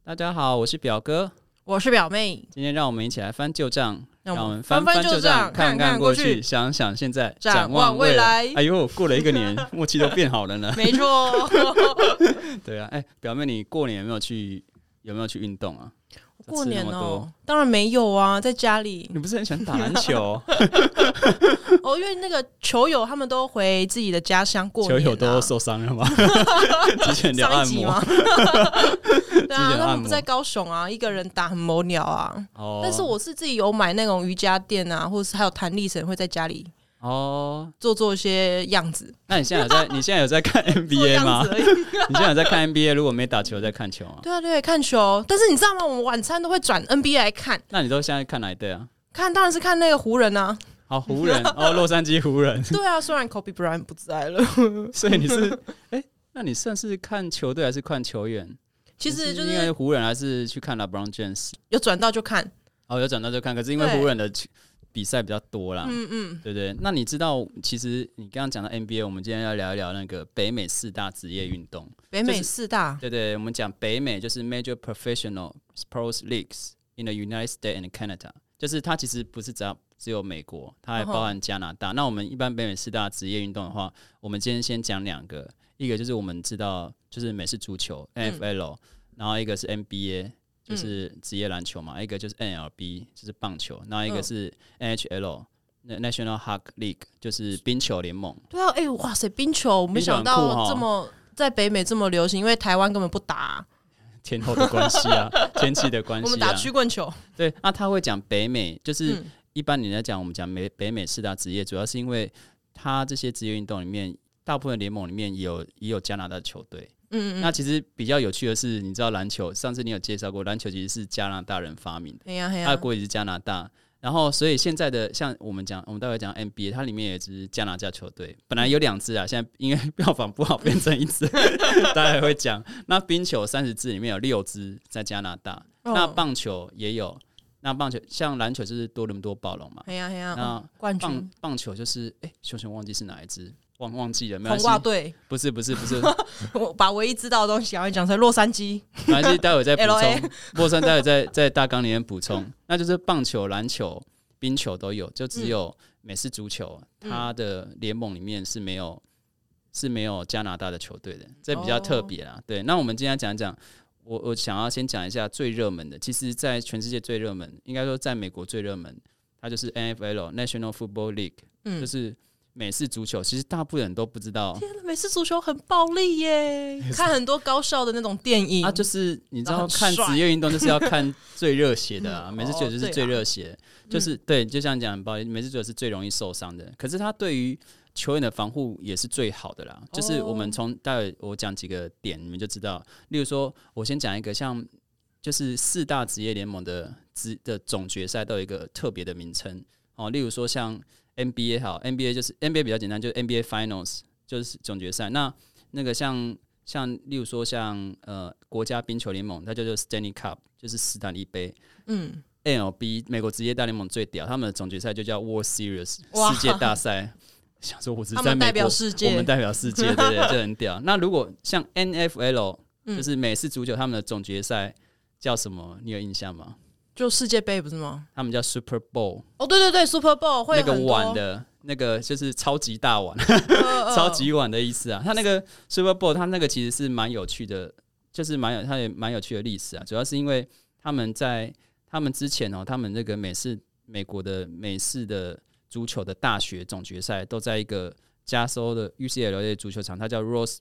大家好，我是表哥， 我是表妹。 今天让我们一起来翻旧账， 让我们翻旧账，看看过去，想想现在，展望未来。哎呦，过了一个年，默契都变好了呢。 没错。 对啊，表妹，你过年有没有去运动啊？ 过年哦，当然没有啊，在家里。 你不是很喜欢打篮球？ 哦，因为那个球友他们都回自己的家乡过年、啊， 球友都受伤了吗？之前聊按摩吗？对啊，他们不在高雄啊，一个人打很猛鸟啊。哦，但是我是自己有买那种瑜伽垫啊，或者是还有弹力绳，会在家里做一些样子。 那你现在有在看 NBA 吗？你现在有在看 NBA？ 如果没打球，在看球啊？ 对啊，对，看球。但是你知道吗？我们晚餐都会转 NBA 来看。 那你都现在看哪一队啊？ 当然是看那个湖人啊。 好，湖人洛杉矶湖人。 对啊，虽然 Kobe Bryant 不在了， 所以你是那你算是看球队还是看球员？ 其实就是因为湖人还是去看 LeBron James， 有转到就看。 有转到就看，可是因为湖人的比赛比较多啦，对不对？那你知道，其实你刚刚讲到 NBA， 我们今天要聊一聊那个北美4大职业运动。 北美4大， 对，我们讲北美就是 Major Professional Sports Leagues in the United States and Canada， 就是它其实不是只有美国，它还包含加拿大。那我们一般北美4大职业运动的话，我们今天先讲2个，一个就是我们知道就是美式足球 NFL，然后一个是 NBA。就是职业篮球嘛，一个就是 NLB 就是棒球，然后一个是 NHL National Hockey League 就是冰球联盟。 对啊，哇塞，冰球没想到这么在北美这么流行，因为台湾根本不打天候的关系啊，天气的关系啊。 我们打曲棍球。对， 那他会讲北美，就是一般你在讲我们讲北美4大职业，主要是因为他这些职业运动里面，大部分联盟里面也有加拿大的球队。那其实比较有趣的是，你知道篮球，上次你有介绍过，篮球其实是加拿大人发明的，它的国籍是加拿大。然后，所以现在的像我们待会讲 NBA， 它里面也是加拿大球队，本来有2支啊，现在因为票房不好变成1支，大家会讲。那冰球30支里面有6支在加拿大，那棒球也有。那棒球像篮球就是多伦多暴龙嘛，那冠军棒球就是熊忘记是哪一支。忘记了，没关系。 红袜队不是， 我把唯一知道的东西赶快讲成洛杉矶。 没关系，待会再补充。洛杉待会在大纲里面补充。那就是棒球、篮球、冰球都有，就只有美式足球，它的联盟里面是没有加拿大的球队的，这比较特别啦。对，那我们今天讲讲，我想要先讲一下最热门的。其实，在全世界最热门，应该说在美国最热门，它就是 NFL National Football League，就是美式足球。其实大部分人都不知道， 天哪，美式足球很暴力耶！看很多高效的那种电影就是你知道看职业运动就是要看最热血的啊。美式足球就是最热血的，就是对，就像讲很暴力，美式足球是最容易受伤的，可是它对于球员的防护也是最好的啦。就是我们待会我讲几个点，你们就知道。例如说，我先讲一个像就是4大职业联盟的总决赛都有一个特别的名称例如说像NBA 好 ，NBA 就是 NBA 比较简单，就是 NBA Finals 就是总决赛。那个像例如说像国家冰球联盟，它叫做 Stanley Cup， 就是斯坦利杯。MLB 美国职业大联盟最屌，他们的总决赛就叫 World Series 世界大赛。想说我只是在美国，我们代表世界，对，就很屌。那如果像 NFL，就是美式足球，他们的总决赛叫什么？你有印象吗？ 就世界杯不是吗？ 他们叫 Super Bowl。 对 ，Super Bowl 会很多那个碗的，那个就是超级大碗，超级碗的意思啊。它那个 Super Bowl， 它那个其实是蛮有趣的，就是它也蛮有趣的历史啊。主要是因为他们之前他们那个美国的美式的足球的大学总决赛都在一个加州的 UCLA 足球场，它叫 Rose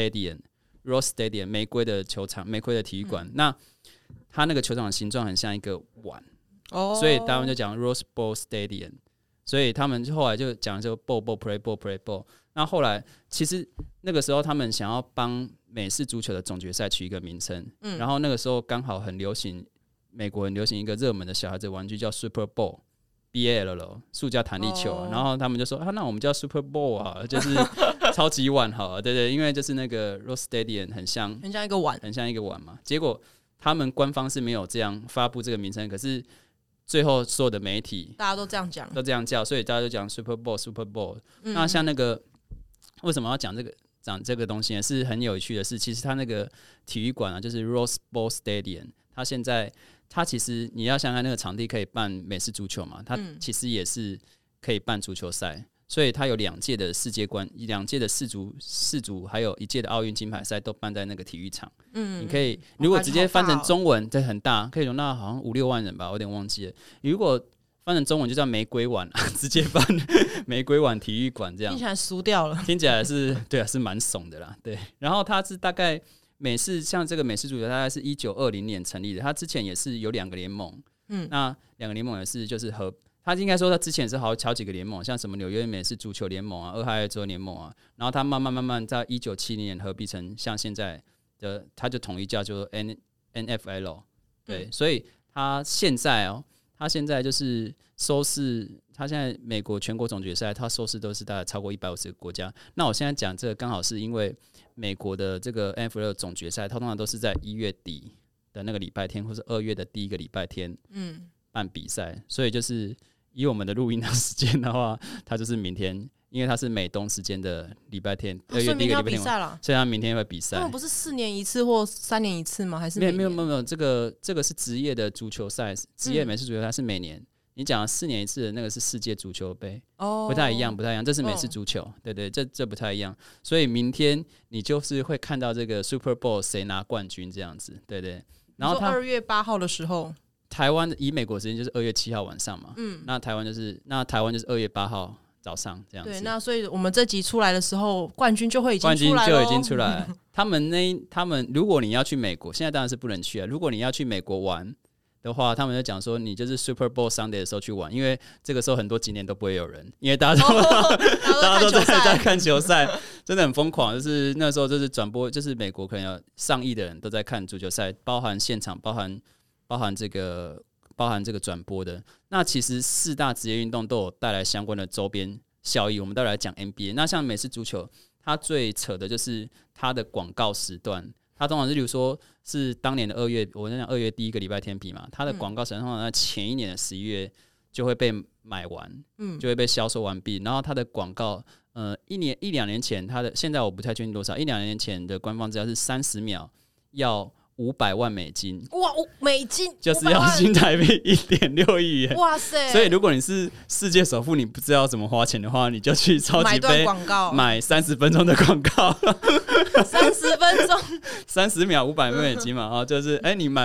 Stadium 玫瑰的球场，玫瑰的体育馆。那它那个球场的形状很像一个碗，所以他们就讲 Rose Bowl Stadium， 所以他们后来就讲就 Bowl Play Ball。那后来其实那个时候他们想要帮美式足球的总决赛取一个名称，然后那个时候刚好很流行，美国很流行一个热门的小孩子玩具叫 Super Ball。BAL 塑胶弹力球，然后他们就说那我们叫 Super Bowl 啊，就是超级碗好了，对，因为就是那个 Rose Stadium 很像一个碗， 很像一个碗嘛。结果他们官方是没有这样发布这个名称，可是最后所有的媒体大家都这样讲， 都这样叫，所以大家都讲 Super Bowl。那像那个为什么要讲讲这个东西呢，是很有趣的是，其实它那个体育馆啊，就是 Rose Bowl Stadium， 它现在它其实你要想想那个场地可以办美式足球嘛，它其实也是可以办足球赛，所以它有2届的世界冠，2届的世足，还有1届的奥运金牌赛都办在那个体育场。你可以如果直接翻成中文，这很大，可以容纳好像5-6万人吧，我有点忘记了。如果翻成中文就叫玫瑰碗，直接翻玫瑰碗体育馆这样， 听起来输掉了， 听起来是对啊，是蛮怂的啦。对，然后它是大概像这个美式足球，大概是1920年成立的，它之前也是有2个联盟，那2个联盟也是就是他应该说他之前是好几个联盟，像什么纽约美式足球联盟啊、俄亥俄州联盟啊，然后他慢慢在1970年合并成像现在的，他就统一叫做 NFL， 对，所以他现在就是收视，他现在美国全国总决赛，他收视都是大概超过150个国家。那我现在讲这个刚好是因为美国的这个 NFL 总决赛，它通常都是在1月底的那个礼拜天，或是2月的第1个礼拜天，办比赛，所以就是以我们的录音的时间的话，它就是明天。因为它是美东时间的礼拜天，2月第1个礼拜天，所以他明天会比赛。 他们不是4年一次或3年一次吗？还是没有，这个是职业的足球赛，职业美式足球赛是每年。你讲4年一次的那个是世界足球杯，不太一样，这是美式足球，对，这不太一样。所以明天你就是会看到这个 Super Bowl 谁拿冠军这样子，对。然后 2月8号的时候， 台湾以美国时间就是2月7号晚上嘛，那台湾就是2月8号。早上这样子， 对，那所以我们这集出来的时候，冠军就会已经出来了， 冠军就已经出来了。他们，如果你要去美国，现在当然是不能去啊。如果你要去美国玩的话，他们就讲说，你就是 Super Bowl Sunday 的时候去玩，因为这个时候很多景点都不会有人，因为大家都在看球赛，真的很疯狂。就是那时候就是转播，就是美国可能有上亿的人都在看足球赛，包含现场，包含这个转播的。那其实4大职业运动都有带来相关的周边效益。我们待会来讲 NBA。那像美式足球，它最扯的就是它的广告时段。它通常是，例如说是当年的2月，我在讲2月第1个礼拜天比嘛，它的广告时段通常在前一年的11月就会被买完，就会被销售完毕。然后它的广告，1-2年前，现在我不太确定多少，1-2年前的官方资料是30秒要500万美金， 哇，美金就是要新台币1.6亿元， 哇塞！ 所以如果你是世界首富，你不知道怎么花钱的话，你就去超级杯买30分钟的广告 ，30分钟 ，30秒500万美金嘛，就是你买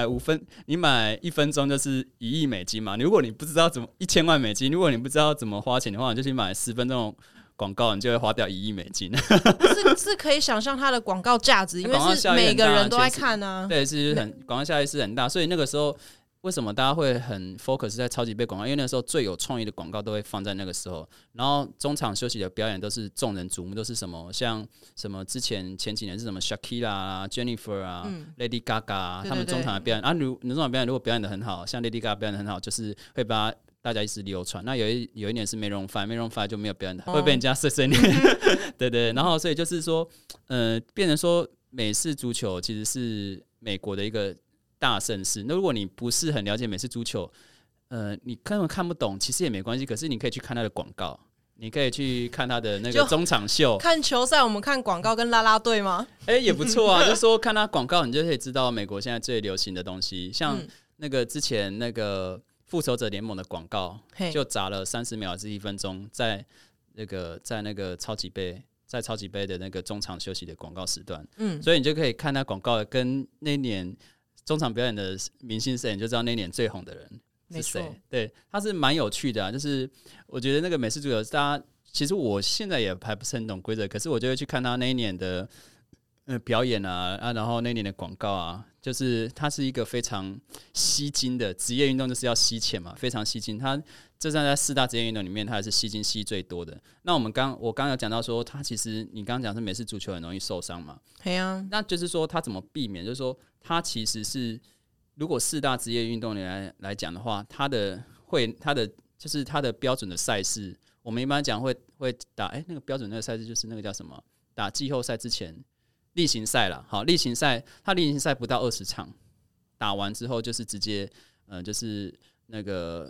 1分钟就是1亿美金嘛。如果你不知道怎么1000万美金，如果你不知道怎么花钱的话，你就去买10分钟广告，你就会花掉1亿美金。 是可以想象它的广告价值，因为是每个人都在看啊。 对，是广告效益是很大，所以那个时候为什么大家会很 focus 在超级杯广告？因为那个时候最有创意的广告都会放在那个时候。然后中场休息的表演都是众人瞩目，都是什么像什么前几年是什么 Shakira 啊、Jennifer 啊、Lady Gaga 啊，他们中场的表演啊，中场表演如果表演的很好，像 Lady Gaga 表演的很好，就是会把大家一直流传。那有一年是 Maroon 5就没有表演的，会被人家碎念。对，然后所以就是说，变成说美式足球其实是美国的一个大盛事。那如果你不是很了解美式足球，你根本看不懂，其实也没关系。可是你可以去看他的广告，你可以去看他的那个中场秀。 看球赛，我们看广告跟啦啦队吗？ 也不错啊。就是说看他广告，你就可以知道美国现在最流行的东西，像那个之前那个复仇者联盟的广告就砸了30秒至1分钟，在那个超级杯的那个中场休息的广告时段，所以你就可以看他广告跟那一年中场表演的明星谁，你就知道那一年最红的人是谁。对，他是蛮有趣的啊。就是我觉得那个美式足球，大家其实我现在也还不是很懂规则，可是我就会去看他那一年的表演啊，然后那年的广告啊，就是它是一个非常吸睛的职业运动，就是要吸钱嘛，非常吸睛。它这站在4大职业运动里面，它还是吸金吸最多的。那我刚有讲到说，它其实你刚刚讲是美式足球很容易受伤嘛， 对啊。 那就是说它怎么避免？就是说它其实是如果4大职业运动来讲的话，它的就是它的标准的赛事，我们一般讲会打那个标准那个赛事就是那个叫什么？打季后赛之前。例行赛啦，好，例行赛不到20场，打完之后就是直接就是那个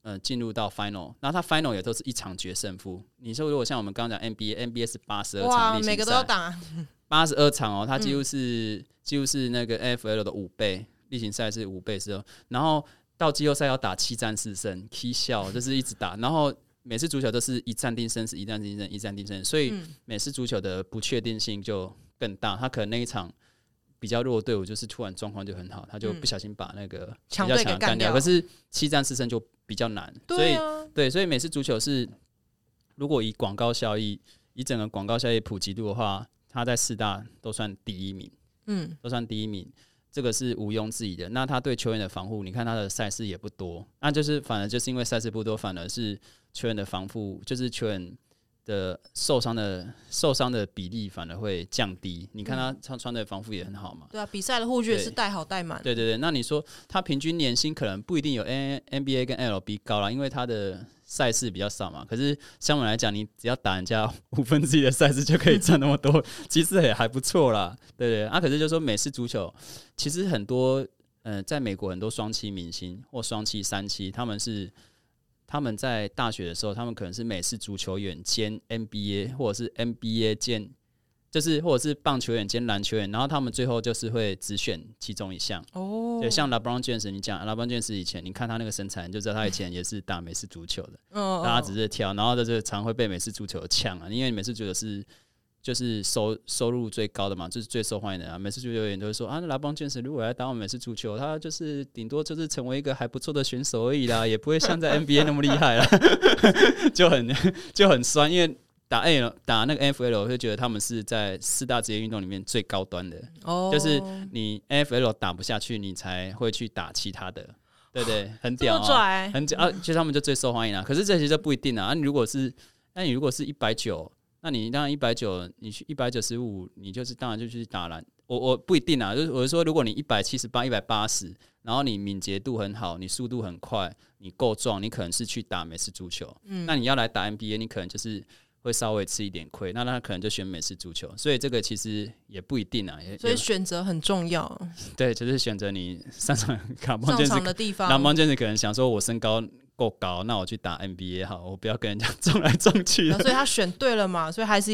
进入到 final， 然后他 final 也都是一场决胜负。你说如果像我们刚刚讲 NBA 是82场例行赛， 每个都要打 82场哦，它几乎是那个 NFL 的5倍，例行赛是5倍是哦。然后到季后赛要打7战4胜，K 笑就是一直打。然后美式足球都是一战定生死，一战定胜，一战定胜，所以美式足球的不确定性就更大。他可能那一场比较弱的队伍，就是突然状况就很好，他就不小心把那个强队给干掉。 可是7战4胜就比较难，所以美式足球是如果以广告效益，以整个广告效益普及度的话，它在4大都算第一名，都算第一名，这个是毋庸置疑的。那他对球员的防护，你看他的赛事也不多，那就是反而就是因为赛事不多，反而是球员的防护，就是球员的受伤的比例反而会降低。你看他穿的防护也很好嘛， 对啊，比赛的护具也是带好带满。 对，那你说他平均年薪可能不一定有 NBA 跟 LB 高啦，因为他的赛事比较少嘛。可是相对来讲，你只要打人家1/5的赛事就可以赚那么多，其实也还不错啦。对，可是就说美式足球，其实很多在美国很多双栖明星或双栖3栖，他们在大学的时候，他们可能是美式足球员兼 NBA， 或者是 NBA 兼，就是或者是棒球员兼篮球员，然后他们最后就是会只选其中一项。对，像 LeBron James， 你讲 LeBron James 以前，你看他那个身材，你就知道他以前也是打美式足球的，大家只是挑，然后这常会被美式足球呛啊，因为美式足球就是收入最高的嘛，就是最受欢迎的啊。美式足球员都会说啊，LeBron James 如果来打我们美式足球，他就是顶多就是成为一个还不错的选手而已啦，也不会像在 NBA 那么厉害啦，就很酸。因为打那个 NFL， 我会觉得他们是在4大职业运动里面最高端的，就是你 NFL 打不下去，你才会去打其他的，对不对？很屌啊，很屌啊，其实他们就最受欢迎啦。可是这些就不一定啊。你如果是190。那你当然190，你去195，你就是当然就去打篮。我不一定啊，就是我是说，如果你178、180，然后你敏捷度很好，你速度很快，你够壮，你可能是去打美式足球。那你要来打 NBA， 你可能就是会稍微吃一点亏，那他可能就选美式足球。所以这个其实也不一定啊。 所以选择很重要。 对，就是选择你上场的地方。 LeBron James可能想说，我身高够高，那我去打 NBA 好，我不要跟人家撞来撞去的。 所以他选对了嘛，所以还是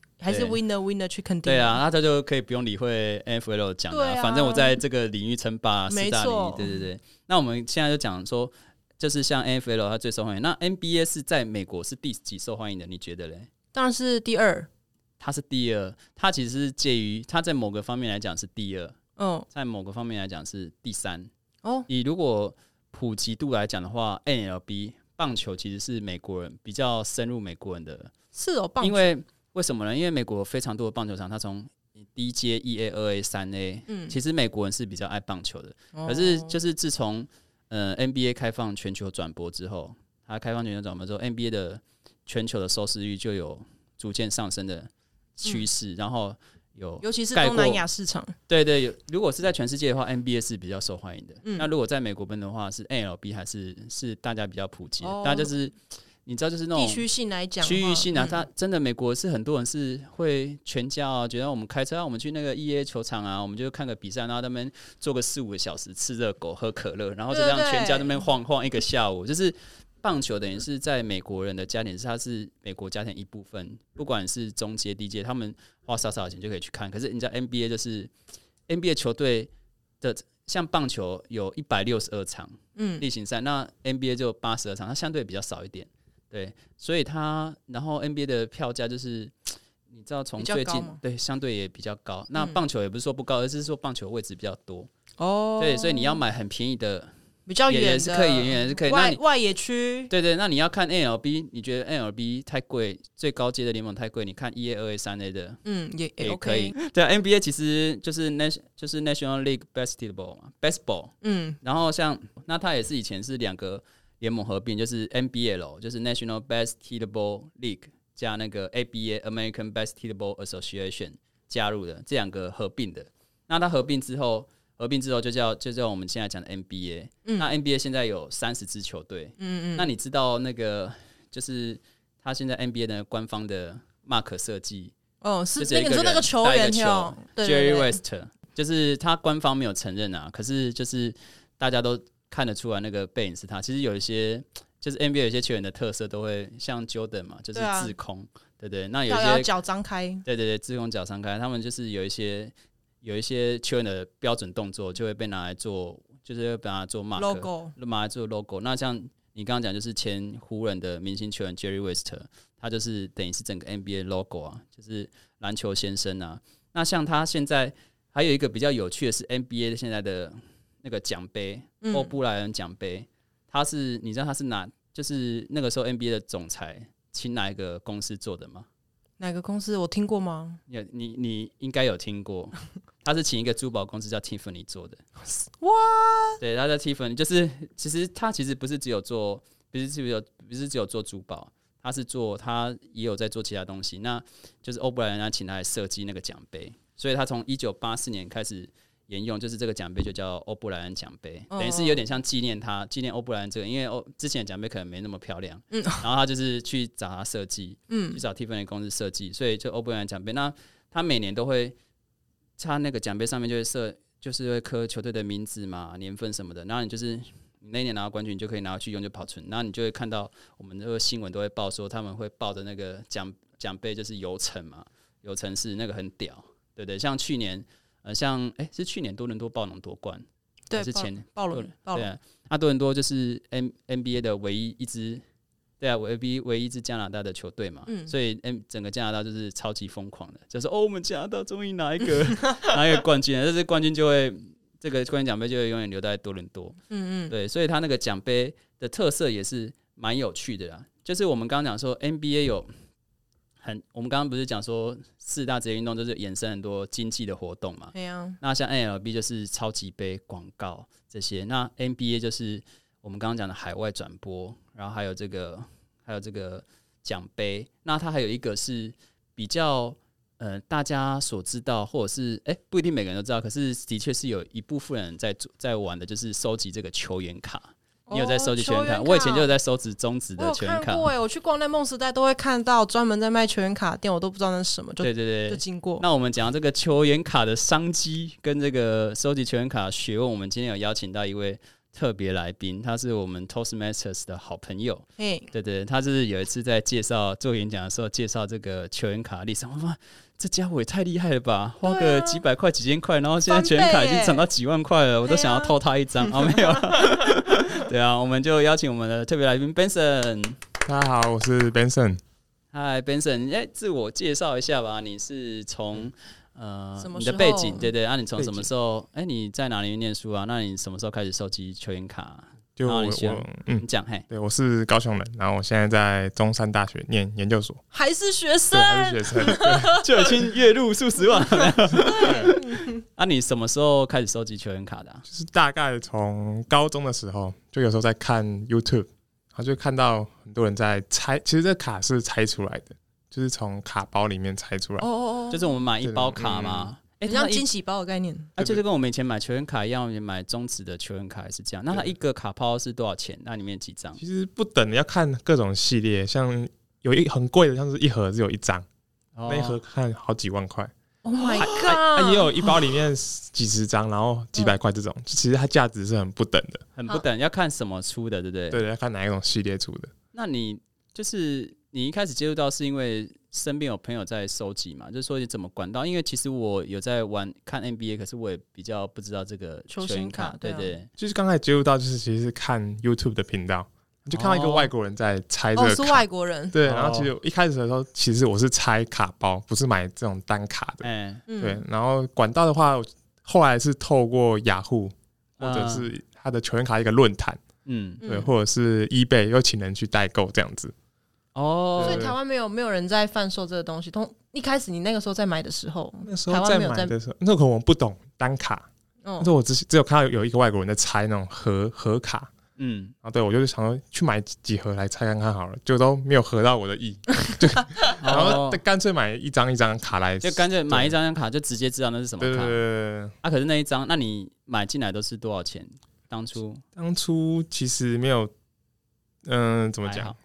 winner 去肯定。 对啊，那他就可以不用理会 NFL 讲的，反正我在这个领域称霸4大领域。对。那我们现在就讲说，就是像 NFL 它最受欢迎，那 NBA 是在美国是第几受欢迎的？你觉得嘞？ 当然是第2。 它是第2，它其实是介于它在某个方面来讲是第2，在某个方面来讲是第3。以如果普及度来讲的话 ，NLB 棒球其实是美国人比较深入美国人的。 是哦，棒球。 因为什么呢？因为美国有非常多的棒球场，它从第一阶 1A、2A、3A，其实美国人是比较爱棒球的。可是就是自从NBA 开放全球转播之后，它开放全球转播之后 ，NBA 的全球的收视率就有逐渐上升的趋势，然后尤其是东南亚市场。 对，如果是在全世界的话 ，NBA 是比较受欢迎的。那如果在美国本的话，是 NLB 还是大家比较普及的？大家就是你知道，就是那种地区性来讲， 区域性啊，它真的美国是很多人是会全家啊，觉得我们开车，我们去那个 EA 球场啊，我们就看个比赛，然后他们坐个4-5个小时，吃热狗喝可乐，然后就这样全家那边晃一个下午，就是。棒球等于是在美国人的家庭，它是美国家庭一部分，不管是中阶、低阶，他们花少少的钱就可以去看。可是你知道 NBA 就是 NBA 球队的，像棒球有162场例行赛，那 NBA 就82场，它相对比较少一点。对，所以然后 NBA 的票价就是你知道从最近对相对也比较高。那棒球也不是说不高，而是说棒球位置比较多。对，所以你要买很便宜的。 比较远的也是可以，也是可以。 外野区， 对，那你要看 NLB， 你觉得 NLB 太贵，最高阶的联盟太贵，你看 1A、2A、3A 的，也可以。对啊 ，NBA 其实就是 National League Basketball， 然后像那它也是以前是2个联盟合并，就是 NBL， 就是 National Basketball League 加那个 ABA American Basketball Association 加入的这2个合并的。那它合并之后就叫我们现在讲的 NBA，那 NBA 现在有30支球队，那你知道那个就是他现在 NBA 的官方的 mark 设计， 是你说那个球员 Jerry West， 就是他官方没有承认啊，可是就是大家都看得出来那个背影是他。其实有一些就是 NBA 有些球员的特色都会像 Jordan 嘛，就是自空，对对。那有些脚张开， 对对对，自空脚张开，他们就是有一些球员的标准动作就会被拿来做，就是会被拿来做 mark， 拿来做 logo。那像你刚刚讲，就是前湖人的明星球员 Jerry West， 他就是等于是整个 NBA logo 啊，就是篮球先生啊。那像他现在还有一个比较有趣的是 NBA 现在的那个奖杯，欧布莱恩奖杯，你知道他是就是那个时候 NBA 的总裁请哪一个公司做的吗？ 哪个公司我听过吗？ 你应该有听过，他是请一个珠宝公司叫 Tiffany 做的。 哇， 对，他叫 Tiffany， 就是其实他不是只有做，不是只有做珠宝，他也有在做其他东西。那就是欧布莱恩他请他来设计那个奖杯，所以他从1984年开始沿用，就是这个奖杯就叫欧布莱恩奖杯，等于是有点像纪念欧布莱恩这个，因为之前的奖杯可能没那么漂亮，然后他就是去找他设计，去找 Tiffany 公司设计，所以就欧布莱恩奖杯。那他每年都会，他那个奖杯上面就是会刻球队的名字嘛、年份什么的，然后你那一年拿到冠军，你就可以拿去用就保存，然后你就会看到我们这个新闻都会报说他们会抱着那个奖杯就是游城嘛，游城是那个很屌，对不对？像去年。是去年多伦多暴龙夺冠， 对， 是前暴龙， 对啊，多伦多就是 NBA 的唯一一支，对啊，唯一一支加拿大的球队嘛，所以整个加拿大就是超级疯狂的，就是我们加拿大终于拿一个冠军了，这冠军这个冠军奖杯就会永远留在多伦多，对，所以他那个奖杯的特色也是蛮有趣的啦，就是我们刚刚讲说 NBA 有。我们刚刚不是讲说4大职业运动就是衍生很多经济的活动嘛？ 对啊。 那像 MLB 就是超级杯广告这些，那 NBA 就是我们刚刚讲的海外转播，然后还有这个奖杯。那它还有一个是比较大家所知道，或者是不一定每个人都知道，可是的确是有一部分人在玩的，就是收集这个球员卡。你有在收集球员卡？我以前就有在收集中职的球员卡。 我去逛那梦时代都会看到专门在卖球员卡店，我都不知道那是什么。 对对对， 就经过。 那我们讲这个球员卡的商机跟这个收集球员卡的学问，我们今天有邀请到一位特别来宾，他是我们 Toastmasters 的好朋友。对对，他是有一次在做演讲的时候介绍这个球员卡的历史，我说这家伙也太厉害了吧！花个几百块、几千块，然后现在球员卡已经涨到几万块了，我都想要偷他一张。没有了。对啊，我们就邀请我们的特别来宾 Benson。 大家好，我是 Benson。 嗨 ，Benson， 自我介绍一下吧。你是从你的背景，对对，你从什么时候？你在哪里念书啊？那你什么时候开始收集球员卡？ 就你讲对，我是高雄人，然后我现在在中山大学念研究所， 还是学生， 就已经月入数十万了。你什么时候开始收集球员卡的？ 就是大概从高中的时候，就有时候在看 YouTube， 然后就看到很多人在拆，其实这卡是拆出来的，就是从卡包里面拆出来。 就是我们买一包卡嘛。 很像惊喜包的概念， 就是跟我们以前买球员卡一样，买中职的球员卡也是这样。那它一个卡包是多少钱？那里面几张？ 其实不等，要看各种系列，像有很贵的，像是一盒只有一张，那一盒看好几万块。 Oh my god！ 也有一包里面几十张，然后几百块这种，其实它价值是很不等的， 很不等，要看什么出的，对不对？ 对，要看哪一种系列出的。 那你一开始接触到是因为身边有朋友在收集嘛？就是说你怎么管到？因为其实我有在看 NBA， 可是我也比较不知道这个球星卡，对对。 就是刚开始接触到，就是其实是看 YouTube 的频道，就看到一个外国人在拆这个卡， 是外国人。 对，然后其实一开始的时候，其实我是拆卡包，不是买这种单卡的。对，然后管道的话，后来是透过雅虎或者是他的球员卡一个论坛，对，或者是 eBay 又请人去代购这样子。 所以台湾没有人在贩售这个东西。一开始你那个时候在买的时候，台湾没有在买的时候， 那时候我们不懂单卡，但是我只有看到有一个外国人在拆那种盒卡，然后对我就是想说去买几盒来拆看看好了，就都没有合到我的意，然后干脆买一张一张卡来， 就干脆买一张卡就直接知道那是什么卡。 对。 可是那一张，那你买进来都是多少钱？当初其实没有，怎么讲？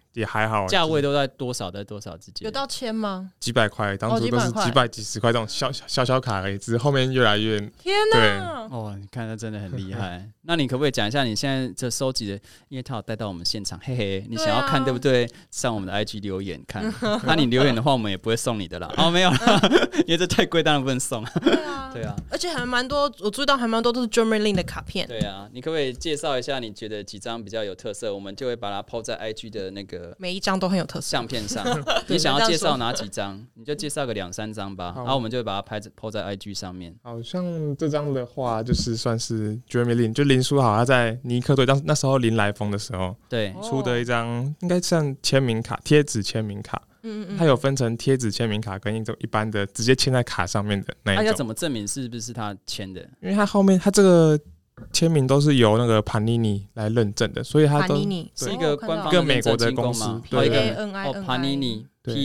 也还好， 价位都在多少之间？ 有到1000吗？ 几百块，当初都是几百几十块这种小卡而已，只是后面越来越天哪！ 哦，你看他真的很厉害。那你可不可以讲一下你现在这收集的？因为他有带到我们现场，嘿嘿，你想要看对不对？上我们的 IG 留言看。那你留言的话，我们也不会送你的啦。哦，没有啦，因为这太贵，当然不能送。对啊， 而且还蛮多，我注意到还蛮多都是 Germanlink 的卡片。 对啊，你可不可以介绍一下你觉得几张比较有特色？我们就会把它 po 在 IG 的那个每一张都很有特色相片上。你想要介绍哪几张？你就介绍个2-3张吧，然后我们就会把它po 在 IG 上面。 好像这张的话，就是算是 Germanlink， 就林书豪他在尼克队那时候林来疯的时候， 对， 出的一张应该算签名卡，贴纸签名卡。它有分成贴纸签名卡跟一般的直接签在卡上面的那一种。 要怎么证明是不是他签的？ 因为他后面他这个签名都是由那个 Panini 来认证的，所以他都是一个官方跟美国的公司， 对 ，Panini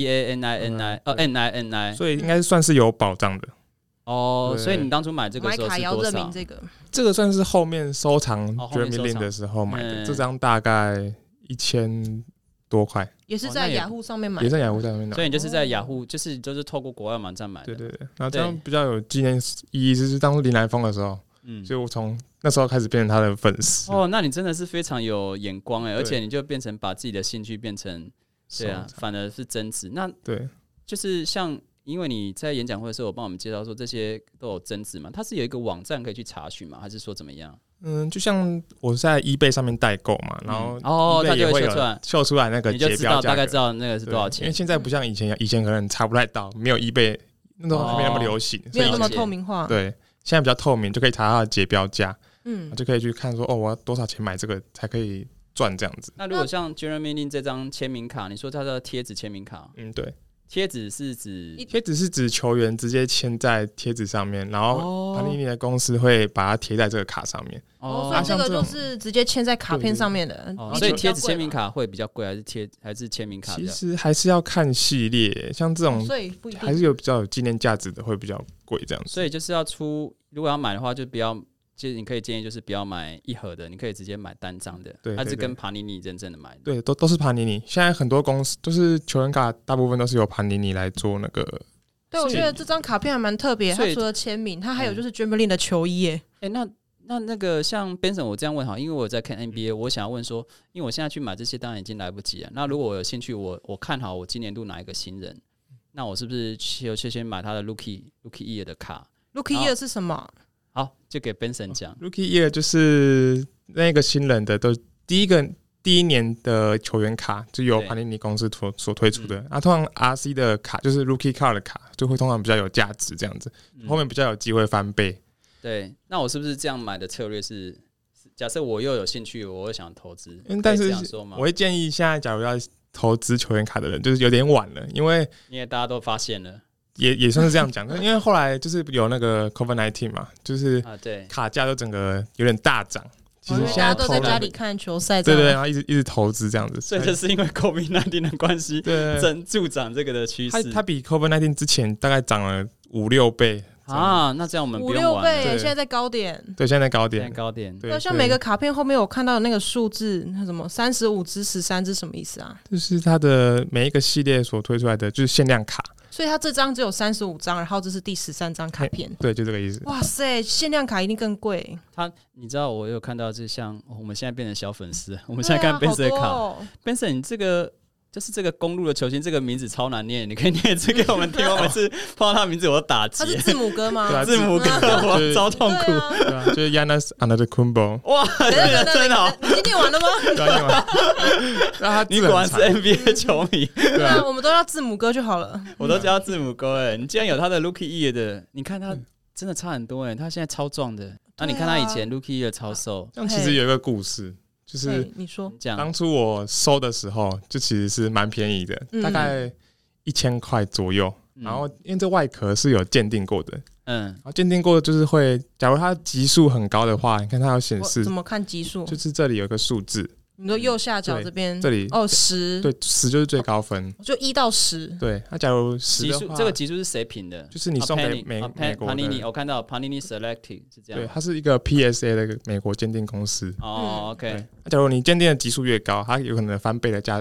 Panini， 所以应该算是有保障的。 哦，所以你当初买这个时候是多少？ 这个算是后面收藏 Germanlink 的时候买的，这张大概1000多块， 也是在雅虎上面买的， 也在雅虎上面买的。 所以你就是在雅虎，就是透过国外网站买的。 对，然后这样比较有纪念意义，就是当初林来疯的时候，所以我从那时候开始变成他的粉丝。 哦，那你真的是非常有眼光而且你就变成把自己的兴趣变成，对啊，反而是增值。那对，就是像因为你在演讲会的时候，我帮我们介绍说这些都有增值嘛，它是有一个网站可以去查询吗？还是说怎么样？ 就像我在 eBay 上面代购嘛，然后它就会秀出来那个结标价， 大概知道那个是多少钱。 因为现在不像以前可能查不太到，没有 eBay 那时候还没那么流行， 没有那么透明化。 对，现在比较透明，就可以查到它的结标价，就可以去看说我要多少钱买这个才可以赚这样子。 那如果像 Germanlink 这张签名卡，你说它的贴纸签名卡， 对。 贴纸是指球员直接签在贴纸上面，然后Panini的公司会把它贴在这个卡上面。 所以这个就是直接签在卡片上面的。 所以贴纸签名卡会比较贵，还是签名卡？ 其实还是要看系列，像这种还是有比较有纪念价值的会比较贵这样子。 所以就是要如果要买的话，就不要。其实你可以建议就是不要买一盒的，你可以直接买单张的，还是跟 Panini 认证的买的。 对，都是 Panini。现在很多公司都是球员卡，大部分都是由 Panini 来做那个。 对，我觉得这张卡片还蛮特别，它除了签名，它还有就是 Germanlink 的球衣耶。 那个像 Benson， 我这样问好，因为我在看 NBA， 我想要问说，因为我现在去买这些当然已经来不及了。那如果我有兴趣，我看好我今年度哪一个新人，那我是不是先买他的 Rookie Year 的卡 ？Rookie Year 是什么？ 好，就给 Benson 讲。 Rookie Year 就是那个新人的都第一年的球员卡，就由 Panini 公司所推出的。通常 RC 的卡就是 Rookie Card 的卡，就会通常比较有价值这样子，后面比较有机会翻倍。 对，那我是不是这样买的策略是？假设我又有兴趣，我又想投资， 但是我会建议现在假如要投资球员卡的人，就是有点晚了，因为大家都发现了。 也算是这样讲，因为后来就是有那个 COVID-19 嘛，就是卡价都整个有点大涨。其实现在大家都在家里看球赛， 对，然后一直投资这样子， 所以就是因为 COVID-19 的关系，助长这个的趋势。 它比 COVID-19 之前大概涨了5-6倍啊，那这样我们不用玩了。 5-6倍，现在在高点。 对，现在高点。 对，像每个卡片后面我看到的那个数字，那什么35支、13支什么意思啊？ 就是它的每一个系列所推出来的就是限量卡。 所以它这张只有35张，然后这是第13张卡片。 对，就这个意思。 哇塞，限量卡一定更贵。 你知道我有看到，就像我们现在变成小粉丝，我们现在看 Benson 的卡。Benson， 你这个就是这个公路的球星，这个名字超难念，你可以念一次给我们听。我每次碰到他的名字我都打击。 他是字母哥吗？ 字母哥，我超痛苦。 对啊，就是 Giannis Antetokounmpo。 哇，真的好！ 你已经念完了吗？ 念完。 你果然是 NBA 球迷。 对啊，我们都叫字母哥就好了。 我都叫字母哥你既然有他的 Rookie Year 的，你看他真的差很多他现在超壮的。那你看他以前 Rookie Year 超瘦。 这样其实有一个故事。就是你说， 当初我收的时候，就其实是蛮便宜的，大概1000块左右。然后因为这外壳是有鉴定过的，然后鉴定过的就是会，假如它级数很高的话，你看它有显示。 怎么看级数？ 就是这里有个数字。 你说右下角这边， 这里 10， 对，10就是最高分， 就1到10。 对，那假如10的话， 这个级数是谁评的？ 就是你送给美国的 Panini， 我看到 Panini Selected 是这样。 对，它是一个 PSA 的美国鉴定公司。 OK。 那假如你鉴定的级数越高，它有可能翻倍的价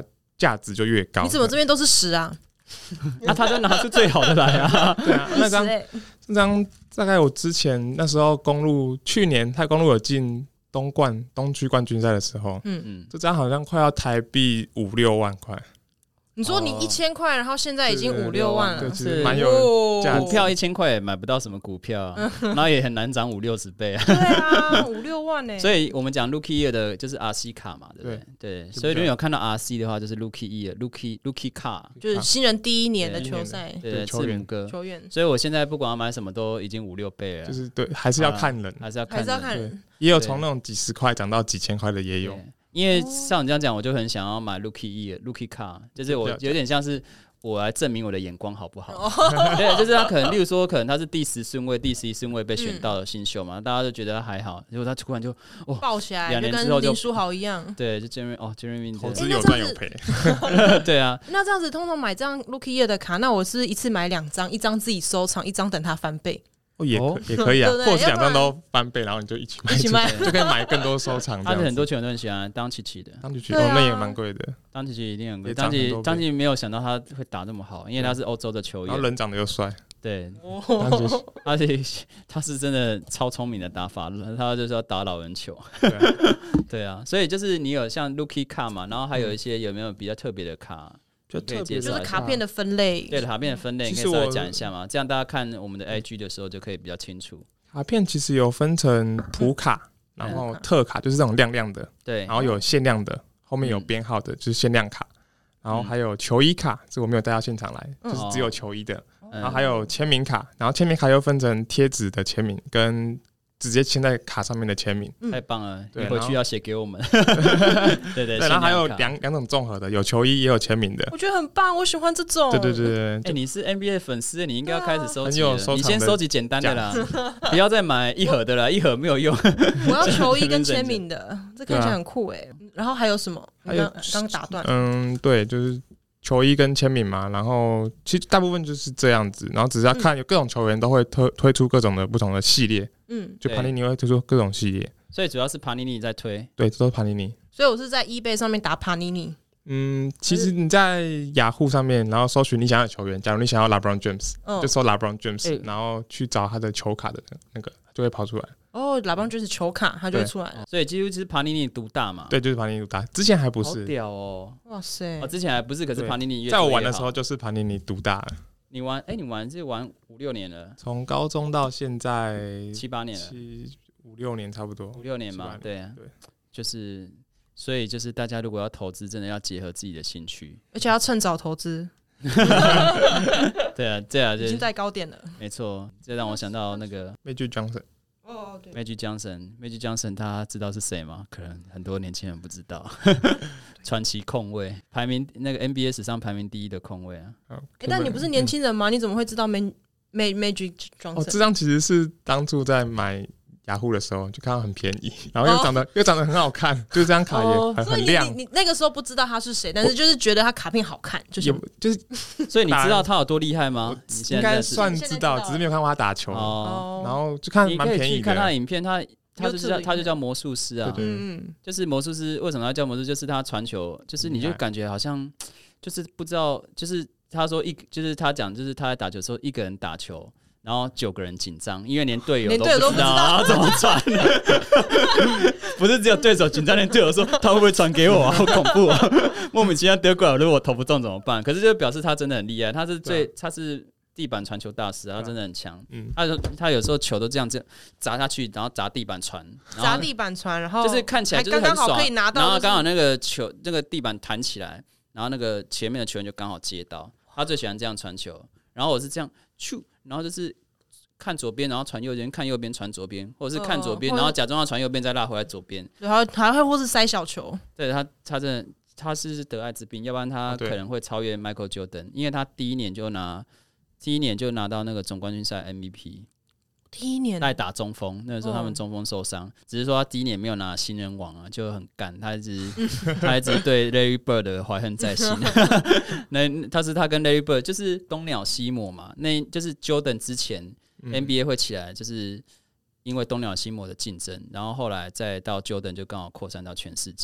价值就越高。 你怎么这边都是10啊？ 他就拿出最好的来啊！ 对啊，那张大概我之前那时候去年泰公路有进东区冠军赛的时候，这张好像快要台币5-6万块。 你说你1000块，然后现在已经5-6万了， 对，其实蛮有价值。 股票1000块也买不到什么股票，然后也很难涨5-60倍啊。 对啊，5-6万呢。 所以我们讲 Rookie Year 的就是 RC 卡嘛，对不对？对，所以如果有看到 RC 的话，就是 Rookie Year、Rookie 卡， 就是新人第一年的球赛， 对， 球员。 所以我现在不管要买什么，都已经5-6倍了。 就是对，还是要看人， 还是要看人。 也有从那种几十块涨到几千块的也有。 因为像你这样讲，我就很想要买 Rookie Card， 就是我有点像是我来证明我的眼光好不好。对，就是他可能，例如说，可能他是第10顺位、第11顺位被选到的新秀嘛，大家都觉得他还好，结果他突然就爆起来， 2年之后就跟林书豪一样。 对，就 Jeremy 投资有赚有赔。 对啊， 那这样子，通常买这样 Rookie Year 的卡，那我是一次买2张，1张自己收藏，1张等它翻倍。 也可以啊，或者是2张都翻倍，然后你就一起买，就可以买更多收藏。 而且很多球员都很喜欢当琪琪的， 那也蛮贵的。 当琪琪一定很贵，当琪没有想到他会打那么好，因为他是欧洲的球员， 然后人长得又帅。 对，而且他是真的超聪明的打法，他就是要打老人球。对啊，所以就是你有像 Rookie 卡嘛，然后还有一些有没有比较特别的卡？ 就是卡片的分类， 对卡片的分类，你可以稍微讲一下吗？这样大家看我们的 IG 的时候就可以比较清楚。 卡片其实有分成普卡，然后特卡，就是这种亮亮的，对，然后有限量的，后面有编号的，就是限量卡，然后还有球衣卡，这我没有带到现场来，就是只有球衣的，然后还有签名卡，然后签名卡又分成贴纸的签名跟直接签在卡上面的签名。 太棒了，你回去要写给我们。对， 然后还有两种综合的，有球衣也有签名的， 我觉得很棒，我喜欢这种。 对， 你是 NBA 粉丝，你应该要开始收集了。 你先收集简单的啦，不要再买1盒的啦，1盒没有用。 我要球衣跟签名的，这看起来很酷哎。然后还有什么？刚打断。 对，就是球衣跟签名嘛，然后其实大部分就是这样子，然后只是要看有各种球员都会推出各种的不同的系列，就帕尼尼会推出各种系列， 所以主要是帕尼尼在推， 对，这都是帕尼尼， 所以我是在 eBay 上面打帕尼尼。 其实你在雅虎上面，然后搜寻你想要的球员，假如你想要 LeBron James，就搜 LeBron James，然后去找他的球卡的那个就会跑出来。 LeBron James 球卡，它就会出来。 所以几乎就是帕尼尼独大嘛。 对，就是帕尼尼独大。之前还不是。 好屌哦！ 哇塞！ 之前还不是，可是帕尼尼在我玩的时候就是帕尼尼独大了。 你玩是玩5-6年了， 从高中到现在 7-8年了 ，5-6年差不多。 5-6年嘛，对，就是。所以就是大家如果要投资，真的要结合自己的兴趣， 而且要趁早投资。 对啊， 已经在高点了。 没错，这让我想到那个 Magic Johnson。 对 Magic Johnson， 大家知道是谁吗？可能很多年轻人不知道。传奇控卫，排名那个 NBA 史上排名第1的控卫啊。 但你不是年轻人吗？你怎么会知道 Magic Johnson？ 这张其实是当初在买雅虎的时候就看到很便宜，然后又长得很好看，就是这张卡也很亮。 你那个时候不知道他是谁，但是就是觉得他卡片好看，就是所以你知道他有多厉害吗？ 应该算知道，只是没有看过他打球。然后就看蛮便宜的。 你可以去看他的影片，他就叫魔术师啊。就是魔术师为什么要叫魔术？就是他传球，就是你就感觉好像就是不知道，就是他说就是他讲，就是他在打球的时候一个人打球。然后9个人紧张，因为连队友都不知道他怎么传。不是只有对手紧张，连队友说他会不会传给我啊？好恐怖啊！莫名其妙丢过来，如果我投不中怎么办？可是就表示他真的很厉害，他是地板传球大师，他真的很强。他有时候球都这样砸下去，然后砸地板传， 然后就是看起来就是很爽， 可以拿到， 然后刚好那个球那个地板弹起来，然后那个前面的球员就刚好接到。他最喜欢这样传球，然后我是这样然后就是看左边，然后传右边，看右边传左边，或者是看左边，然后假装要传右边，再拉回来左边。 然后还会或是塞小球。 对，他真的他是得艾滋病，要不然他可能会超越 Michael Jordan， 因为他第一年就拿到那个总冠军赛 MVP。 第一年他还打中锋，那个时候他们中锋受伤，只是说他第一年没有拿新人王啊，就很干，他一直对 Larry Bird 怀恨在心。他跟 Larry Bird 就是东鸟西魔嘛，那就是 Jordan 之前 NBA 会起来，就是因为东鸟西魔的竞争，然后后来再到 Jordan 就刚好扩散到全世界。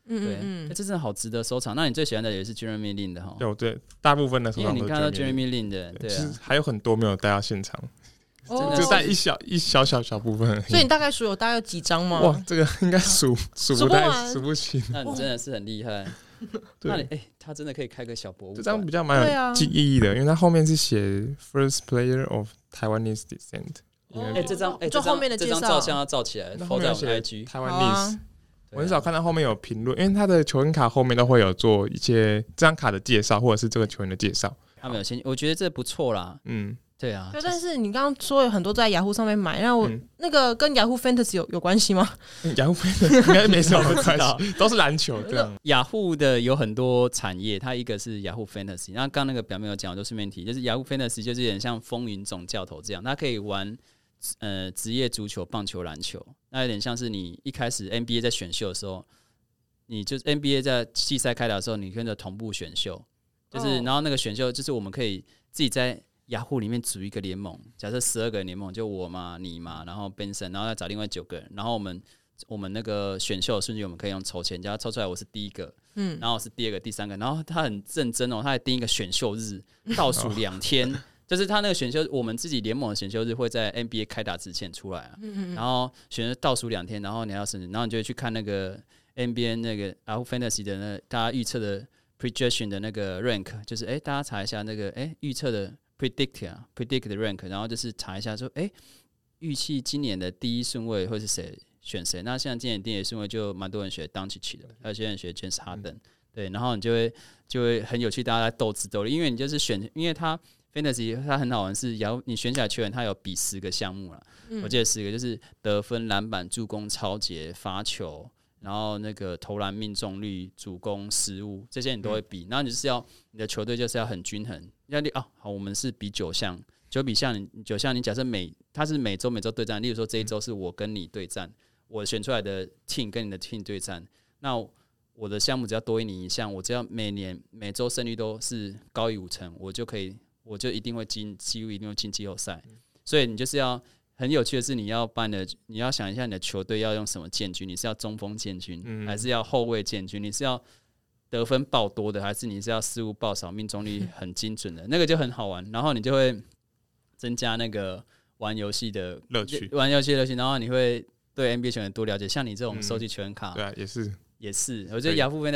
对，这真的好值得收藏。那你最喜欢的也是 Jeremy Lin 的哈？ 对，大部分的收藏都是 Jeremy Lin。 因为你看到 Jeremy Lin 的，对啊， 还有很多没有带到现场。就带一小部分， 所以你大概有几张吗？ 哇，这个应该数不清。 那你真的是很厉害。那你他真的可以开个小博物馆。 这张比较蛮有意义的，因为它后面是写 First Player of Taiwanese Descent。 这张就后面的这张照相要照起来， 后面写 IG Taiwanese。我很少看到后面有评论，因为他的球员卡后面都会有做一些这张卡的介绍，或者是这个球员的介绍。 他们有先，我觉得这不错啦。对啊， 对，但是你刚刚说有很多在雅虎上面买，那我那个跟雅虎 Fantasy 有关系吗？ 雅虎 Fantasy 应该没什么关系，都是篮球这样。 雅虎的有很多产业，它一个是雅虎 Fantasy， 然后刚那个表面有讲，我就顺便提，就是雅虎 Fantasy 就是有点像风云总教头这样，它可以玩职业足球、棒球、篮球，那有点像是你一开始 NBA 在选秀的时候，你就是 NBA 在季赛开打的时候，你跟着同步选秀，就是然后那个选秀就是我们可以自己在雅虎里面组一个联盟，假设12个人联盟，就我嘛、你嘛，然后 Benson， 然后再找另外9个人，然后我们那个选秀的顺序我们可以用抽签，假如抽出来我是第一个，然后我是第二个、第三个，然后他很认真哦，他还定一个选秀日，倒数2天，就是他那个选秀，我们自己联盟的选秀日会在 NBA 开打之前出来啊，然后选秀倒数2天，然后你要申请，然后你就会去看那个 NBA 那个 Yahoo Fantasy 的那大家预测的 projection 的那个 rank， 就是大家查一下那个预测的。predict 的 rank， 然后就是查一下说，预期今年的第一顺位会是谁，选谁？那像今年第一顺位就蛮多人选 Doncic 的，还有些人选 James Harden，对，然后你就会很有趣，大家在斗智斗力，因为你就是选，因为它 Fantasy 它很好玩是，你选起来球员，它有比10个项目啦，我记得10个就是得分、篮板、助攻、抄截、罚球。然后那个投篮命中率、主攻、失误这些你都会比，然后你就是要你的球队就是要很均衡。好，我们是比9项，9比项，9项你假设它是每周对战，例如说这一周是我跟你对战，我选出来的 team 跟你的 team 对战，那我的项目只要多于你1项，我只要每周胜率都是高于50%，我就一定会几乎一定会进季后赛。所以你就是要。很有趣的是，你要想一下你的球队要用什么建军？你是要中锋建军，还是要后卫建军？你是要得分爆多的，还是你是要失误爆少、命中率很精准的？那个就很好玩，然后你就会增加那个玩游戏的乐趣，然后你会对 NBA 球员多了解。像你这种收集球员卡， 对啊，也是。 我觉得雅虎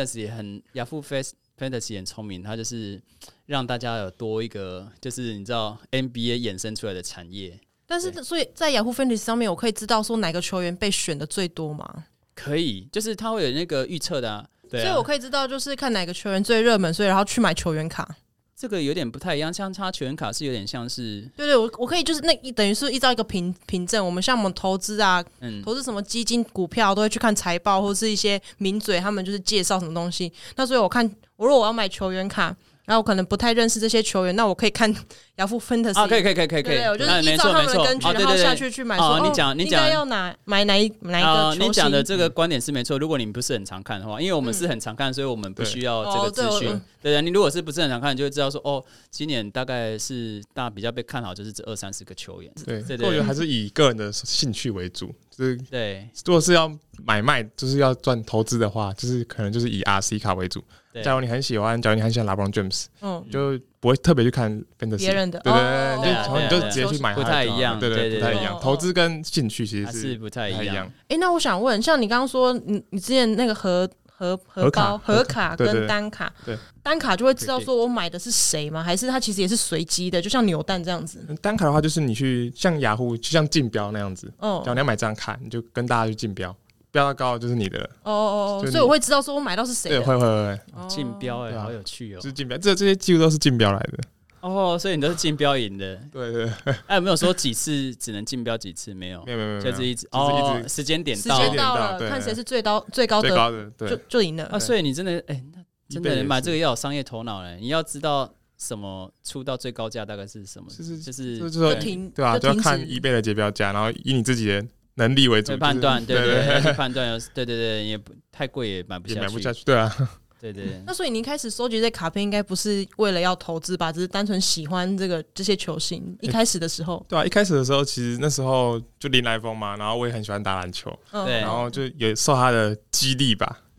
Fantasy 很聪明，它就是让大家有多一个，就是你知道 NBA 衍生出来的产业。 但是，所以在雅虎 Fantasy 上面，我可以知道说哪个球员被选的最多吗？ 可以，就是他会有那个预测的对啊， 所以我可以知道，就是看哪个球员最热门，所以然后去买球员卡。 这个有点不太一样，像他球员卡是有点像是， 对，我可以就是等于是依照一个凭证，我们像我们投资啊，投资什么基金、股票都会去看财报或是一些名嘴他们就是介绍什么东西。那所以如果我要买球员卡。然后我可能不太认识这些球员，那我可以看雅虎 Fantasy 可以， 对，我就是依照他们的根据，然后下去买说，你讲要买哪一个球星？ 你讲的这个观点是没错。如果你不是很常看的话，因为我们是很常看，所以我们不需要这个资讯。对，你如果是不是很常看，你就会知道说，今年大概是大家比较被看好，就是这20-30个球员。 对，我觉得还是以个人的兴趣为主。就是对， 如果是要买卖，就是要赚投资的话，就是可能就是以 RC 卡为主。假如你很喜欢 LeBron James， 就不会特别去看 Fantasy 别人的， 对，你就直接去买它， 不太一样， 对，不太一样。投资跟兴趣其实是不太一样。 那我想问，像你刚刚说，你之前那个盒卡跟单卡， 对， 单卡就会知道说我买的是谁吗？还是它其实也是随机的，就像扭蛋这样子？ 单卡的话，就是你去像雅虎，就像竞标那样子，假如你要买这张卡，你就跟大家去竞标。标到高就是你的了所以我会知道说我买到是谁的。 对，会竞标好有趣就是竞标，这些几乎都是竞标来的所以你都是竞标赢的。 对， 有没有说几次只能竞标几次？没有，就是一直时间点到了，看谁是最高的，就赢了。 所以你真的真的买这个要有商业头脑嘞，你要知道什么出到最高价大概是什么，就是对啊，就要看eBay的结标价，然后以你自己的能力为主判断，对，判断对，也太贵也买不下去， 对啊， 对。 那所以你一开始收集这些卡片，应该不是为了要投资吧？只是单纯喜欢这些球星。一开始的时候， 对啊，一开始的时候，其实那时候就林来疯嘛，然后我也很喜欢打篮球， 对， 然后就也受他的激励吧，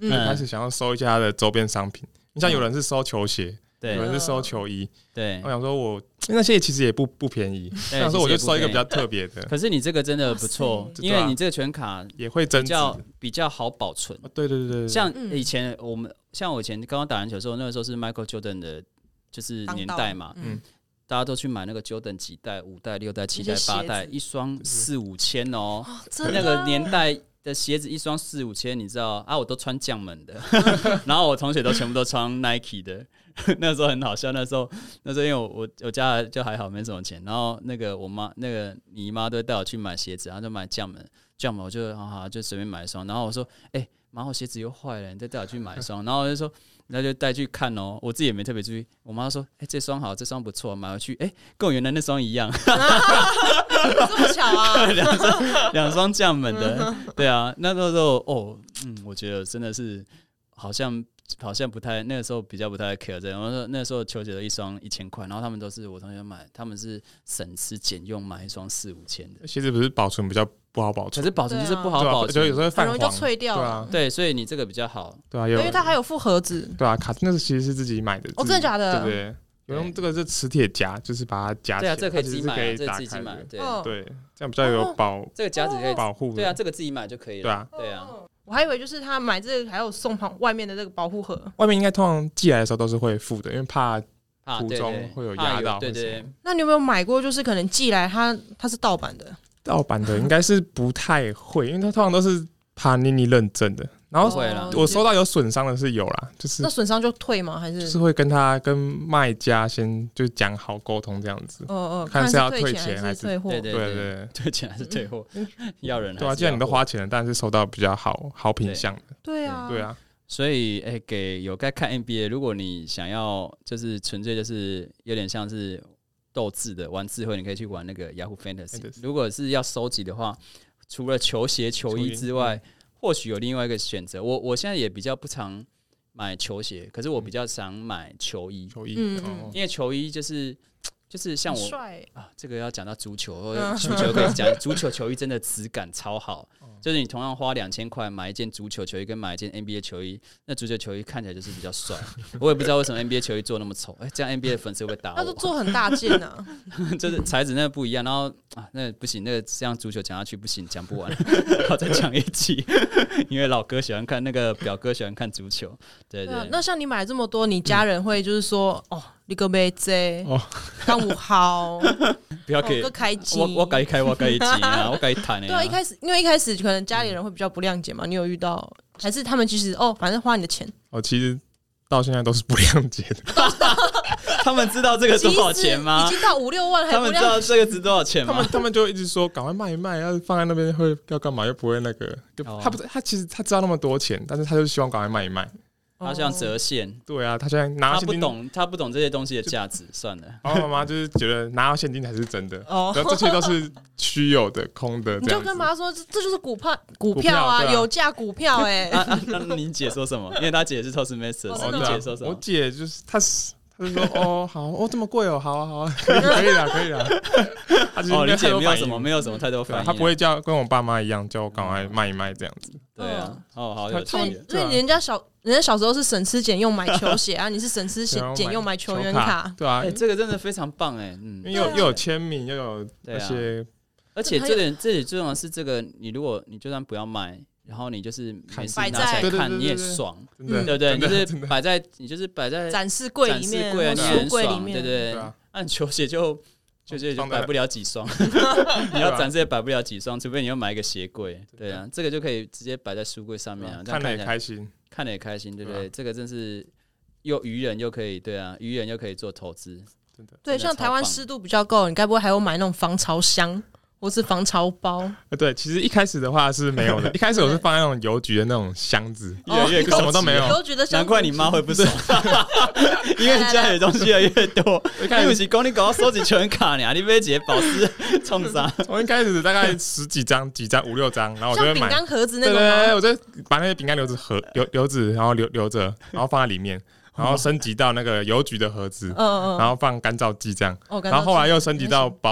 开始想要收一下他的周边商品。你像有人是收球鞋， 对， 有人是收球衣， 对。 我想说那些其实也不便宜，我想说我就收一个比较特别的。 可是你这个真的不错，因为你这个全卡也会增值， 比较好保存。 对。 像以前我以前刚刚打篮球的时候，那个时候是 Michael Jordan 的，就是年代嘛，大家都去买那个 Jordan 几代、5代、6代、7代、8代，一双4、5千哦。那个年代的鞋子一双4、5千，你知道啊？我都穿将门的，然后我同学都全部都穿 Nike 的。那时候很好笑，那时候因为我家就还好没什么钱，然后那个我妈你妈都会带我去买鞋子，然后就买将门，我就就随便买一双，然后我说妈，我鞋子又坏了，你再带我去买一双，然后我就说。那就带去看哦，我自己也没特别注意。我妈说：“这双好，这双不错，买回去，跟我原来那双一样。” 这么巧啊！ 两双将门的，对啊。那时候我觉得真的是好像不太，那个时候比较不太 care 这样。我说那时候球鞋的一双1000块，然后他们都是我同学买，他们是省吃俭用买一双4、5千的。 鞋子不是保存比较不好保存， 可是保存就是不好保存， 就有时候泛黄， 很容易就脆掉了。 对，所以你这个比较好。 对啊， 因为它还有附盒子。 对啊，那是其实是自己买的。 真的假的？ 对不对？有用这个是磁铁夹，就是把它夹起来。 对啊，这个可以自己买， 这个自己买。对， 这样比较有这个夹子可以保护。 对啊，这个自己买就可以了。对啊。 我还以为就是他买这个还有送外面的这个保护盒。 外面应该通常寄来的时候都是会附的，因为怕途中会有压到。 对。 那你有没有买过？就是可能寄来它是盗版的？ 盗版的应该是不太会，因为它通常都是帕尼尼认证的。然后我收到有损伤的是有啦，就是那损伤就退吗？还是就是会跟卖家先就讲好沟通这样子。看是要退钱还是退货？ 对， 退钱还是退货？要人对啊，既然你都花钱了，但是收到比较好品相的。 对啊。 所以给有该看 NBA， 如果你想要就是纯粹就是有点像是斗智的玩智慧，你可以去玩那个 Yahoo Fantasy。如果是要收集的话，除了球鞋、球衣之外，或许有另外一个选择。我现在也比较不常买球鞋，可是我比较常买球衣。因为球衣就是像我这个要讲到足球，足球可以讲，足球球衣真的质感超好。就是你同样花2000块买一件足球球衣，跟买一件 NBA 球衣，那足球球衣看起来就是比较帅。我也不知道为什么 NBA 球衣做那么丑，这样 NBA 的粉丝会不会打我？ 他都做很大件啊， 就是材质那个不一样。然后那不行，那个这样足球讲下去不行，讲不完，好再讲一集。因为老哥喜欢看，那个表哥喜欢看足球。对。 那像你买这么多，你家人会就是说你个妹这刚我好， 不要给开机， 我改开，我改机啊，我改谈。 对啊，因为一开始可能家里人会比较不谅解嘛，你有遇到，还是他们其实反正花你的钱？ 其实到现在都是不谅解的。 他们知道这个多少钱吗？ 已经到5、6万， 他们知道这个值多少钱吗？ 他们就一直说赶快卖一卖，要放在那边要干嘛？又不会那个，他其实他知道那么多钱，但是他就希望赶快卖一卖。 他像折现， 对啊，他现在拿现金， 他不懂这些东西的价值，算了。 爸爸妈妈就是觉得拿到现金才是真的，然后这些都是虚有的、空的。 你就跟妈说，这就是股票啊，有价股票那你姐说什么？因为他姐是 Toastmaster， 你姐说什么？ 我姐就是她就说好这么贵好啊，可以啦。 你姐没有什么太多反应， 她不会跟我爸妈一样叫我赶快卖一卖这样子。 对啊，好有趣。 所以人家小时候是省吃俭用买球鞋啊，你是省吃俭用买球员卡。 对啊， 这个真的非常棒因为又有签名，又有那些， 而且这里最重要的是这个，你就算不要买。然后你就是每次拿起来看，你也爽，对不对？你就是摆在展示柜里面， 你也很爽，对不对？按球鞋就摆不了几双，你要展示也摆不了几双，除非你要买一个鞋柜，对啊，这个就可以直接摆在书柜上面啊， 看得也开心， 对不对？这个真是又愚人又可以，对啊，愚人又可以做投资， 真的。对，像台湾湿度比较够，你该不会还有买那种防潮箱？或是防潮包， 对，其实一开始的话是没有的。一开始我是放在那种邮局的那种箱子， 越来越高级， 什么都没有。 邮局的箱子， 难怪你妈会不爽，因为家里的东西越来越多。对不起，讲你搞到收集球员卡呢，你买几个保湿冲啥？ 我一开始大概10几张、5、6张，然后我就会买饼干盒子那种。 对，我就把那些饼干留子，然后留着，然后放在里面。然后升级到那个邮局的盒子，然后放干燥剂这样，然后后来又升级到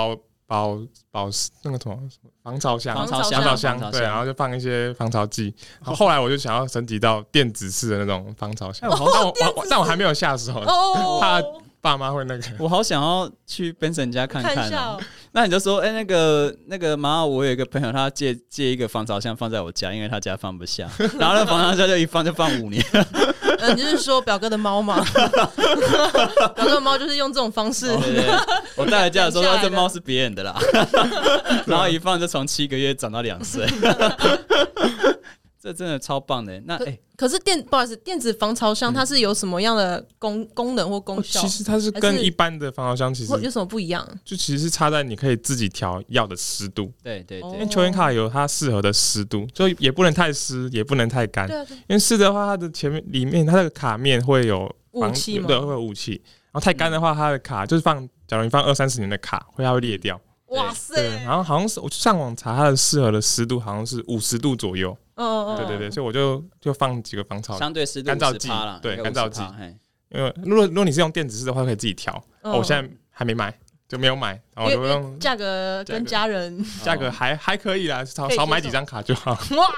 保那个什么防潮箱，对，然后就放一些防潮剂。后来我就想要升级到电子式的那种防潮箱，但我还没有下手，怕爸妈会那个。 我好想要去 Benson 家看看哦。那你就说，那个妈，我有一个朋友，他借一个防潮箱放在我家，因为他家放不下，然后那防潮箱就一放就放5年。 你就是说表哥的猫吗？表哥的猫就是用这种方式。 对，我带来家的时候，这猫是别人的啦，然后一放就从7个月长到2岁。这真的超棒的。那可是不好意思，电子防潮箱它是有什么样的功能或功效？ 其实它是跟一般的防潮箱其实有什么不一样？ 就其实是差在你可以自己调要的湿度。 对，因为球员卡有它适合的湿度，就也不能太湿，也不能太干。 对， 因为湿的话，它的里面它的卡面会有雾气嘛， 对，会有雾气。然后太干的话，它的卡就是假如你放20-30年的卡，它会裂掉。 哇塞！ 对，然后好像是我上网查它的适合的湿度好像是50度左右。对，所以我就放几个防潮相对湿度干燥剂，对，干燥剂。因为如果你是用电子式的话，可以自己调。我现在还没买，就没有买，然后我就用价格跟家人价格还可以啦，少买几张卡就好。 哇！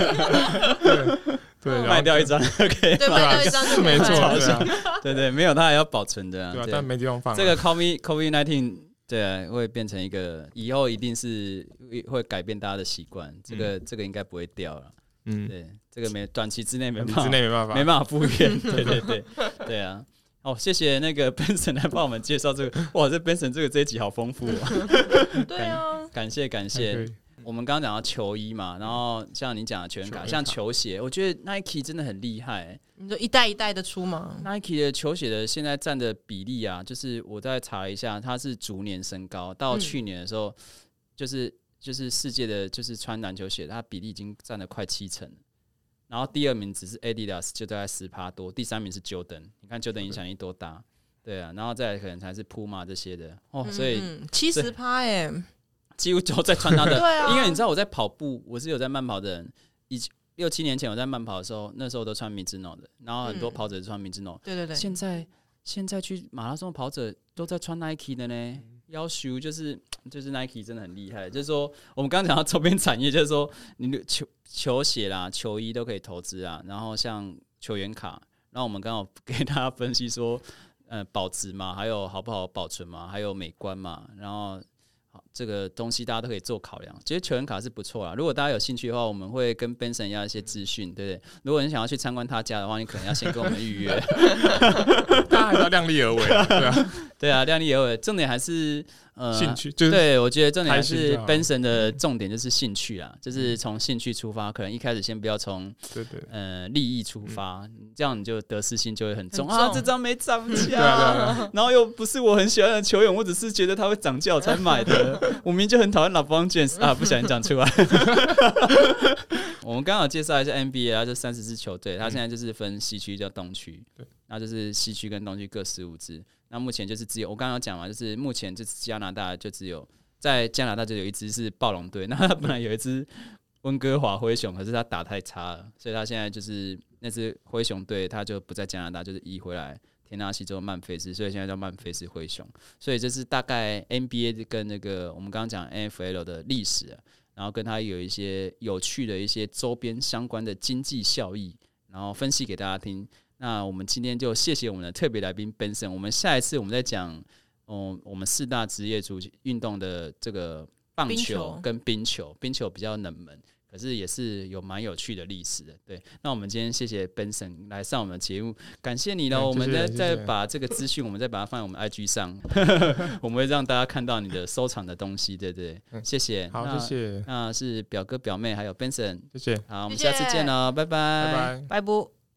对， 卖掉一张，OK， 对，卖掉一张是没错， 对，没有它还要保存的， 对，但没地方放。 这个 COVID-19。对啊，会变成一个以后一定是会改变大家的习惯，这个应该不会掉了。对，这个短期之内没办法复原。对啊。谢谢那个 Benson 来帮我们介绍这个。哇，这 Benson 这一集好丰富啊！ 对啊， 感谢。我们刚刚讲到球衣嘛，然后像你讲的球员卡，像球鞋，我觉得 Nike 真的很厉害。 你说一代一代的出吗 ？Nike 的球鞋的现在占的比例啊，就是我再查了一下，它是逐年升高。到去年的时候，就是世界的就是穿篮球鞋，它比例已经占了快70%。然后第2名只是 Adidas， 就大概10%多，第3名是 Jordan。你看 Jordan 影响力多大？对啊，然后再来可能才是 Puma 这些的所以 70%哎。 几乎都在穿它的， 对啊， 因为你知道我在跑步，我是有在慢跑的人。6-7年前我在慢跑的时候，那时候我都穿 Mizuno 的，然后很多跑者穿 Mizuno。 对。 现在去马拉松的跑者都在穿 Nike 的呢。要求就是 Nike 真的很厉害。就是说，我们刚刚讲到周边产业，就是说你的球鞋啦、球衣都可以投资啊。然后像球员卡，然后我们刚好给大家分析说，保值嘛，还有好不好保存嘛，还有美观嘛，然后。这个东西大家都可以做考量，其实球员卡是不错啦。如果大家有兴趣的话，我们会跟 Benson 要一些资讯，对不对？如果你想要去参观他家的话，你可能要先跟我们预约。 大家还是要量力而为， 对啊，量力而为。重点还是兴趣，就是对我觉得重点还是 Benson 的重点就是兴趣啦，就是从兴趣出发，可能一开始先不要从利益出发，这样你就得失心就会很重啊。这张没涨价，然后又不是我很喜欢的球员，我只是觉得他会涨价我才买的。我明明就很讨厌LeBron James啊，不小心讲出来。我们刚好介绍一下 NBA 啊，这30支球队，它现在就是分西区叫东区，那就是西区跟东区各15支。那目前就是只有我刚刚讲嘛，就是目前就是加拿大就只有在加拿大就有一支是暴龙队，那他本来有一支温哥华灰熊，可是他打太差了，所以他现在就是那支灰熊队他就不在加拿大，就是移回来田纳西州曼菲斯，所以现在叫曼菲斯灰熊。所以这是大概 NBA 跟那个我们刚刚讲 NFL 的历史啊，然后跟它有一些有趣的一些周边相关的经济效益，然后分析给大家听。那我们今天就谢谢我们的特别来宾 Benson， 我们下一次我们再讲我们4大职业足运动的这个棒球跟冰球，冰球比较冷门，可是也是有蛮有趣的历史的。对，那我们今天谢谢 Benson 来上我们的节目，感谢你了。我们再把这个资讯，我们再把它放在我们 IG 上，我们会让大家看到你的收藏的东西，对不对？谢谢， 好，谢谢。 那是表哥表妹还有 Benson， 谢谢。 好，我们下次见了，拜拜， 拜拜。